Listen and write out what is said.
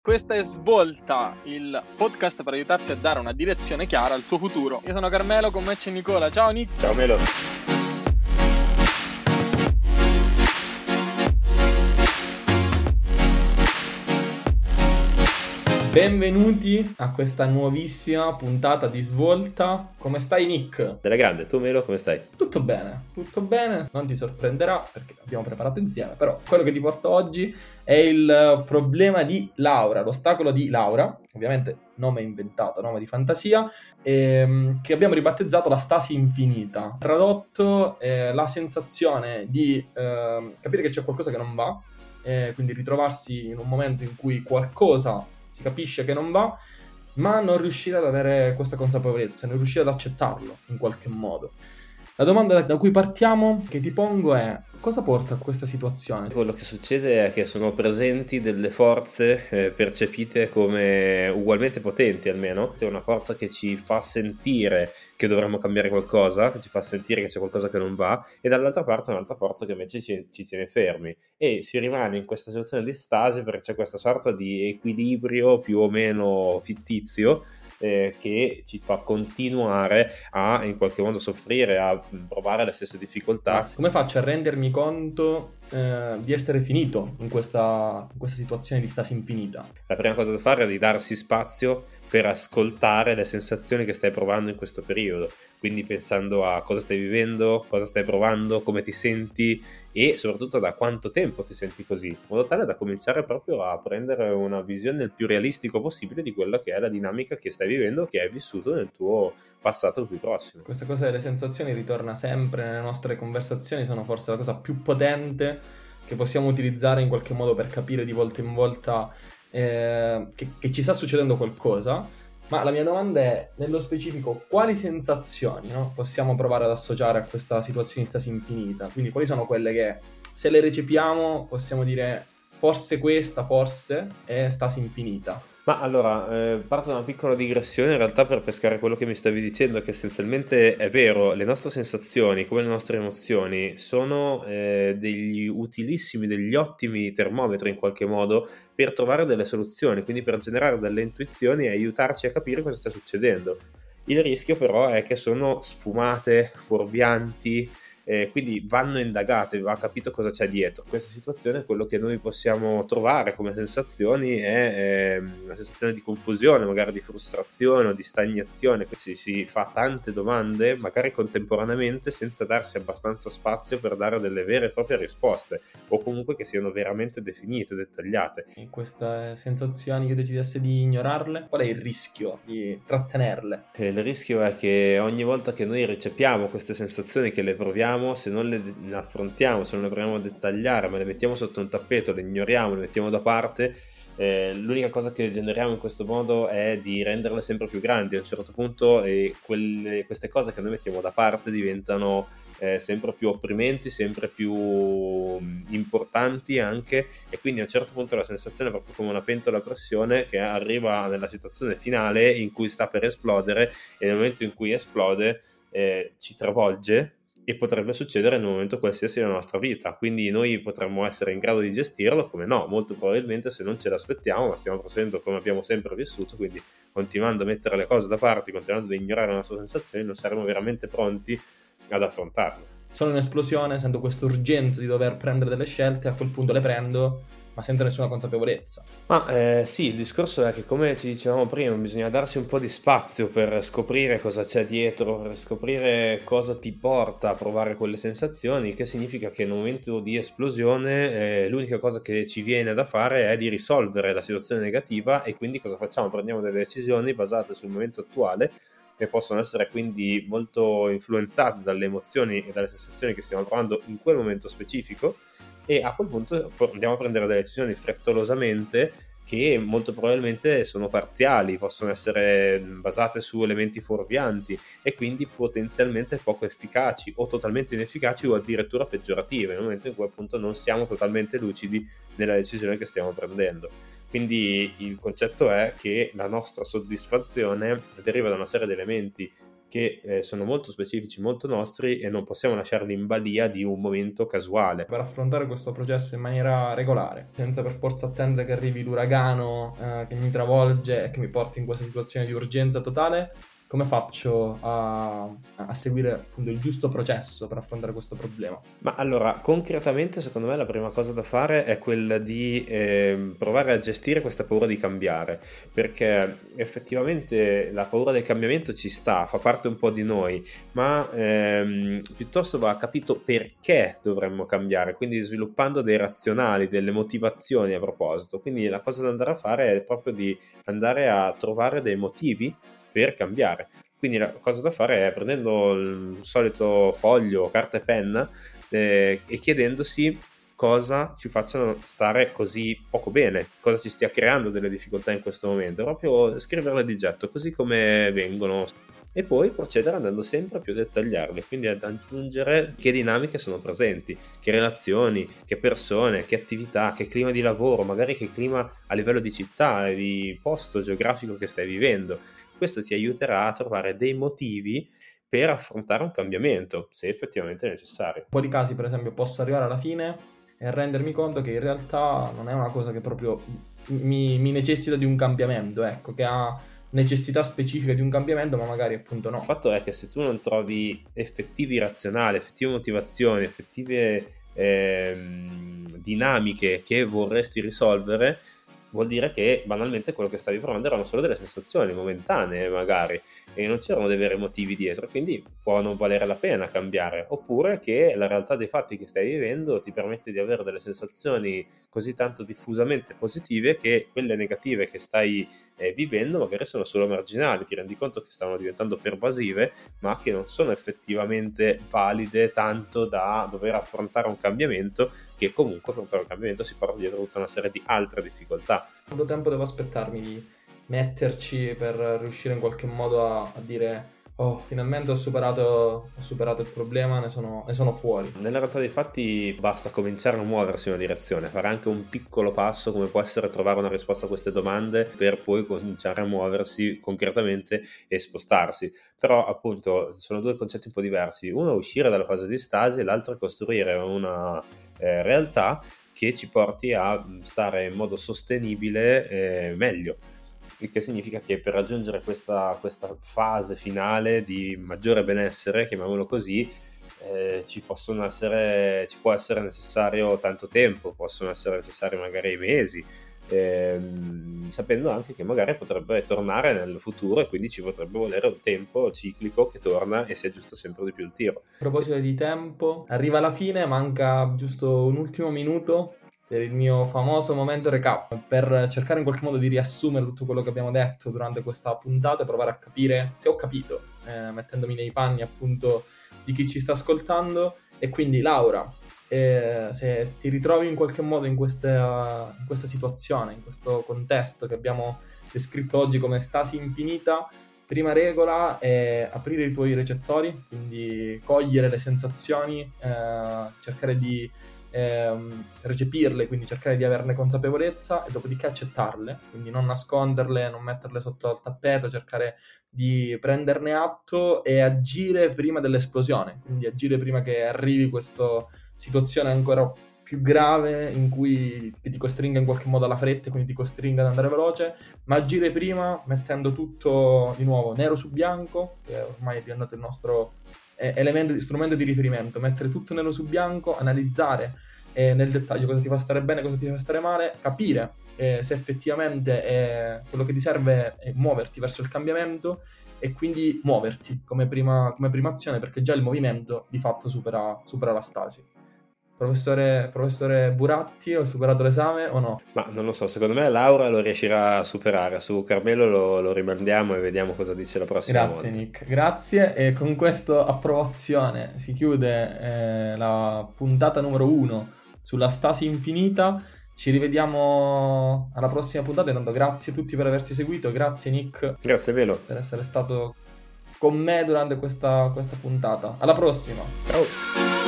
Questa è Svolta, il podcast per aiutarti a dare una direzione chiara al tuo futuro. Io sono Carmelo, con me c'è Nicola. Ciao Nick! Ciao Melo! Benvenuti a questa nuovissima puntata di Svolta. Come stai Nick? Della grande, tu Melo come stai? Tutto bene, non ti sorprenderà perché abbiamo preparato insieme, però quello che ti porto oggi è il problema di Laura, l'ostacolo di Laura, ovviamente nome inventato, nome di fantasia, che abbiamo ribattezzato la stasi infinita. Tradotto la sensazione di capire che c'è qualcosa che non va, quindi ritrovarsi in un momento in cui qualcosa si capisce che non va, ma non riuscire ad avere questa consapevolezza, non riuscire ad accettarlo in qualche modo. La domanda da cui partiamo, che ti pongo, è: cosa porta a questa situazione? Quello che succede è che sono presenti delle forze percepite come ugualmente potenti, almeno. C'è una forza che ci fa sentire che dovremmo cambiare qualcosa, che ci fa sentire che c'è qualcosa che non va, e dall'altra parte un'altra forza che invece ci tiene fermi. E si rimane in questa situazione di stasi perché c'è questa sorta di equilibrio più o meno fittizio che ci fa continuare a in qualche modo soffrire, a provare le stesse difficoltà. Ma come faccio a rendermi conto di essere finito in questa situazione di stasi infinita? La prima cosa da fare è di darsi spazio per ascoltare le sensazioni che stai provando in questo periodo, quindi pensando a cosa stai vivendo, cosa stai provando, come ti senti e soprattutto da quanto tempo ti senti così, in modo tale da cominciare proprio a prendere una visione il più realistico possibile di quella che è la dinamica che stai vivendo, che hai vissuto nel tuo passato più prossimo. Questa cosa delle sensazioni ritorna sempre nelle nostre conversazioni, sono forse la cosa più potente che possiamo utilizzare in qualche modo per capire di volta in volta che ci sta succedendo qualcosa. Ma la mia domanda è, nello specifico, quali sensazioni, no, possiamo provare ad associare a questa situazione di stasi infinita? Quindi quali sono quelle che, se le recepiamo, possiamo dire forse questa, forse è stasi infinita? Ma allora, parto da una piccola digressione in realtà per pescare quello che mi stavi dicendo, che essenzialmente è vero, le nostre sensazioni come le nostre emozioni sono degli utilissimi, degli ottimi termometri in qualche modo per trovare delle soluzioni, quindi per generare delle intuizioni e aiutarci a capire cosa sta succedendo. Il rischio però è che sono sfumate, fuorvianti, quindi vanno indagate, va capito cosa c'è dietro. Questa situazione, quello che noi possiamo trovare come sensazioni è una sensazione di confusione, magari di frustrazione o di stagnazione, che si fa tante domande magari contemporaneamente senza darsi abbastanza spazio per dare delle vere e proprie risposte, o comunque che siano veramente definite, dettagliate. In queste sensazioni io decidessi di ignorarle, qual è il rischio di trattenerle? Il rischio è che ogni volta che noi recepiamo queste sensazioni, che le proviamo, se non le affrontiamo, se non le proviamo a dettagliare, ma le mettiamo sotto un tappeto, le ignoriamo, le mettiamo da parte, l'unica cosa che generiamo in questo modo è di renderle sempre più grandi. A un certo punto queste cose che noi mettiamo da parte diventano sempre più opprimenti, sempre più importanti anche, e quindi a un certo punto la sensazione è proprio come una pentola a pressione che arriva nella situazione finale in cui sta per esplodere, e nel momento in cui esplode ci travolge, e potrebbe succedere nel momento qualsiasi della nostra vita, quindi noi potremmo essere in grado di gestirlo, come no, molto probabilmente se non ce l'aspettiamo, ma stiamo procedendo come abbiamo sempre vissuto, quindi continuando a mettere le cose da parte, continuando ad ignorare le nostre sensazioni, non saremo veramente pronti ad affrontarle. Sono in esplosione, sento questa urgenza di dover prendere delle scelte, a quel punto le prendo, ma senza nessuna consapevolezza. Ma sì, il discorso è che, come ci dicevamo prima, bisogna darsi un po' di spazio per scoprire cosa c'è dietro, per scoprire cosa ti porta a provare quelle sensazioni, che significa che nel momento di esplosione l'unica cosa che ci viene da fare è di risolvere la situazione negativa, e quindi cosa facciamo? Prendiamo delle decisioni basate sul momento attuale, che possono essere quindi molto influenzate dalle emozioni e dalle sensazioni che stiamo provando in quel momento specifico, e a quel punto andiamo a prendere delle decisioni frettolosamente che molto probabilmente sono parziali, possono essere basate su elementi fuorvianti e quindi potenzialmente poco efficaci o totalmente inefficaci o addirittura peggiorative, nel momento in cui appunto non siamo totalmente lucidi nella decisione che stiamo prendendo. Quindi il concetto è che la nostra soddisfazione deriva da una serie di elementi che sono molto specifici, molto nostri, e non possiamo lasciarli in balia di un momento casuale. Per affrontare questo processo in maniera regolare, senza per forza attendere che arrivi l'uragano che mi travolge e che mi porti in questa situazione di urgenza totale, come faccio a seguire appunto il giusto processo per affrontare questo problema? Ma allora, concretamente, secondo me la prima cosa da fare è quella di provare a gestire questa paura di cambiare, perché effettivamente la paura del cambiamento ci sta, fa parte un po' di noi, ma piuttosto va capito perché dovremmo cambiare, quindi sviluppando dei razionali, delle motivazioni a proposito. Quindi la cosa da andare a fare è proprio di andare a trovare dei motivi per cambiare. Quindi la cosa da fare è prendendo il solito foglio, carta e penna e chiedendosi cosa ci facciano stare così poco bene, cosa ci stia creando delle difficoltà in questo momento, proprio scriverle di getto così come vengono, e poi procedere andando sempre più a dettagliarle, quindi ad aggiungere che dinamiche sono presenti, che relazioni, che persone, che attività, che clima di lavoro, magari che clima a livello di città e di posto geografico che stai vivendo. Questo ti aiuterà a trovare dei motivi per affrontare un cambiamento, se effettivamente è necessario. In un po' di casi, per esempio, posso arrivare alla fine e rendermi conto che in realtà non è una cosa che proprio mi necessita di un cambiamento, ecco, che ha necessità specifica di un cambiamento, ma magari appunto no. Il fatto è che se tu non trovi effettivi razionali, effettive motivazioni, effettive dinamiche che vorresti risolvere, vuol dire che banalmente quello che stavi provando erano solo delle sensazioni momentanee magari, e non c'erano dei veri motivi dietro, quindi può non valere la pena cambiare, oppure che la realtà dei fatti che stai vivendo ti permette di avere delle sensazioni così tanto diffusamente positive che quelle negative che stai vivendo magari sono solo marginali, ti rendi conto che stanno diventando pervasive, ma che non sono effettivamente valide tanto da dover affrontare un cambiamento, che comunque affrontare un cambiamento si porta dietro tutta una serie di altre difficoltà. Quanto tempo devo aspettarmi di metterci per riuscire in qualche modo a dire oh, finalmente ho superato il problema, ne sono fuori? Nella realtà dei fatti basta cominciare a muoversi in una direzione, fare anche un piccolo passo come può essere trovare una risposta a queste domande per poi cominciare a muoversi concretamente e spostarsi. Però appunto sono due concetti un po' diversi, uno è uscire dalla fase di stasi e l'altro è costruire una realtà che ci porti a stare in modo sostenibile meglio. Il che significa che per raggiungere questa fase finale di maggiore benessere, chiamiamolo così, ci può essere necessario tanto tempo, possono essere necessari magari mesi, sapendo anche che magari potrebbe tornare nel futuro e quindi ci potrebbe volere un tempo ciclico che torna e si aggiusta sempre di più il tiro. A proposito di tempo, arriva alla fine, manca giusto un ultimo minuto per il mio famoso momento recap, per cercare in qualche modo di riassumere tutto quello che abbiamo detto durante questa puntata e provare a capire se ho capito, mettendomi nei panni appunto di chi ci sta ascoltando. E quindi Laura, se ti ritrovi in qualche modo in questa situazione, in questo contesto che abbiamo descritto oggi come stasi infinita, prima regola è aprire i tuoi recettori, quindi cogliere le sensazioni, cercare di recepirle, quindi cercare di averne consapevolezza e dopodiché accettarle, quindi non nasconderle, non metterle sotto al tappeto, cercare di prenderne atto e agire prima dell'esplosione, quindi agire prima che arrivi questa situazione ancora più grave in cui che ti costringa in qualche modo alla fretta, quindi ti costringa ad andare veloce, ma agire prima mettendo tutto di nuovo nero su bianco, che ormai è diventato il nostro strumento di riferimento, mettere tutto nero su bianco, analizzare nel dettaglio cosa ti fa stare bene, cosa ti fa stare male, capire se effettivamente quello che ti serve è muoverti verso il cambiamento e quindi muoverti come prima azione, perché già il movimento di fatto supera la stasi. Professore Buratti, ho superato l'esame o no? Ma non lo so, secondo me Laura lo riuscirà a superare. Su Carmelo lo rimandiamo e vediamo cosa dice la prossima volta. Grazie Nick, grazie. E con questa approvazione si chiude la puntata numero 1 sulla stasi infinita. Ci rivediamo alla prossima puntata. Intanto grazie a tutti per averci seguito, grazie Nick. Grazie Velo per essere stato con me durante questa puntata. Alla prossima. Ciao.